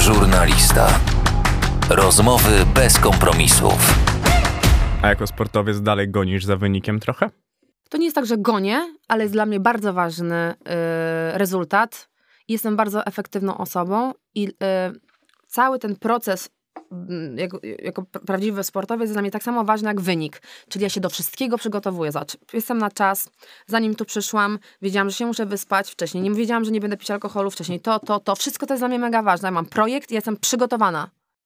Żurnalista. Rozmowy bez kompromisów. A jako sportowiec dalej gonisz za wynikiem trochę? To nie jest tak, że gonię, ale jest dla mnie bardzo ważny rezultat. Jestem bardzo efektywną osobą i cały ten proces jako prawdziwy sportowiec jest dla mnie tak samo ważny jak wynik. Czyli ja się do wszystkiego przygotowuję. Jestem na czas. Zanim tu przyszłam, wiedziałam, że się muszę wyspać wcześniej. Nie wiedziałam, że nie będę pić alkoholu wcześniej. To. Wszystko to jest dla mnie mega ważne. Ja mam projekt i jestem przygotowana.